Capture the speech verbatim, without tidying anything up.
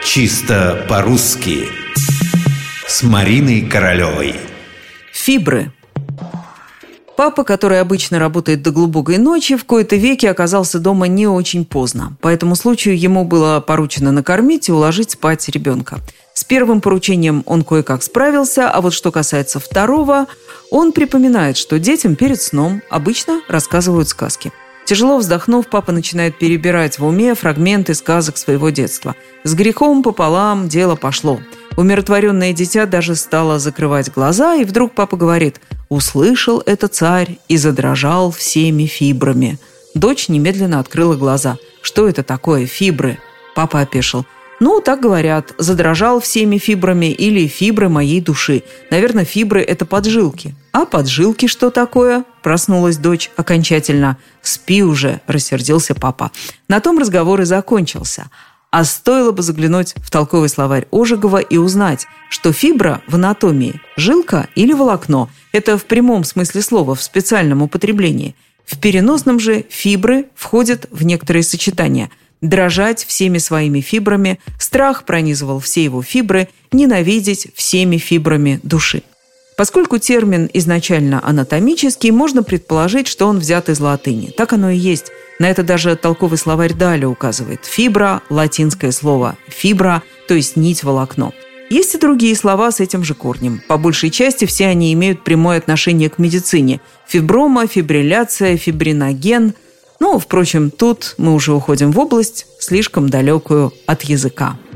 Чисто по-русски с Мариной Королевой. Фибры. Папа, который обычно работает до глубокой ночи, в кои-то веки оказался дома не очень поздно. По этому случаю ему было поручено накормить и уложить спать ребенка. С первым поручением он кое-как справился, а вот что касается второго, он припоминает, что детям перед сном обычно рассказывают сказки. Тяжело вздохнув, папа начинает перебирать в уме фрагменты сказок своего детства. С грехом пополам дело пошло. Умиротворенное дитя даже стало закрывать глаза, и вдруг папа говорит: «Услышал это царь и задрожал всеми фибрами». Дочь немедленно открыла глаза. «Что это такое, фибры?» Папа опешил. «Ну, так говорят, задрожал всеми фибрами или фибры моей души. Наверное, фибры – это поджилки». «А поджилки что такое?» – проснулась дочь окончательно. «Спи уже», – рассердился папа. На том разговор и закончился. А стоило бы заглянуть в толковый словарь Ожегова и узнать, что фибра в анатомии – жилка или волокно. Это в прямом смысле слова, в специальном употреблении. В переносном же фибры входят в некоторые сочетания – дрожать всеми своими фибрами, страх пронизывал все его фибры, ненавидеть всеми фибрами души. Поскольку термин изначально анатомический, можно предположить, что он взят из латыни. Так оно и есть. На это даже толковый словарь Даля указывает. Фибра – латинское слово «фибра», то есть нить-волокно. Есть и другие слова с этим же корнем. По большей части все они имеют прямое отношение к медицине. Фиброма, фибрилляция, фибриноген – Ну, впрочем, тут мы уже уходим в область, слишком далекую от языка.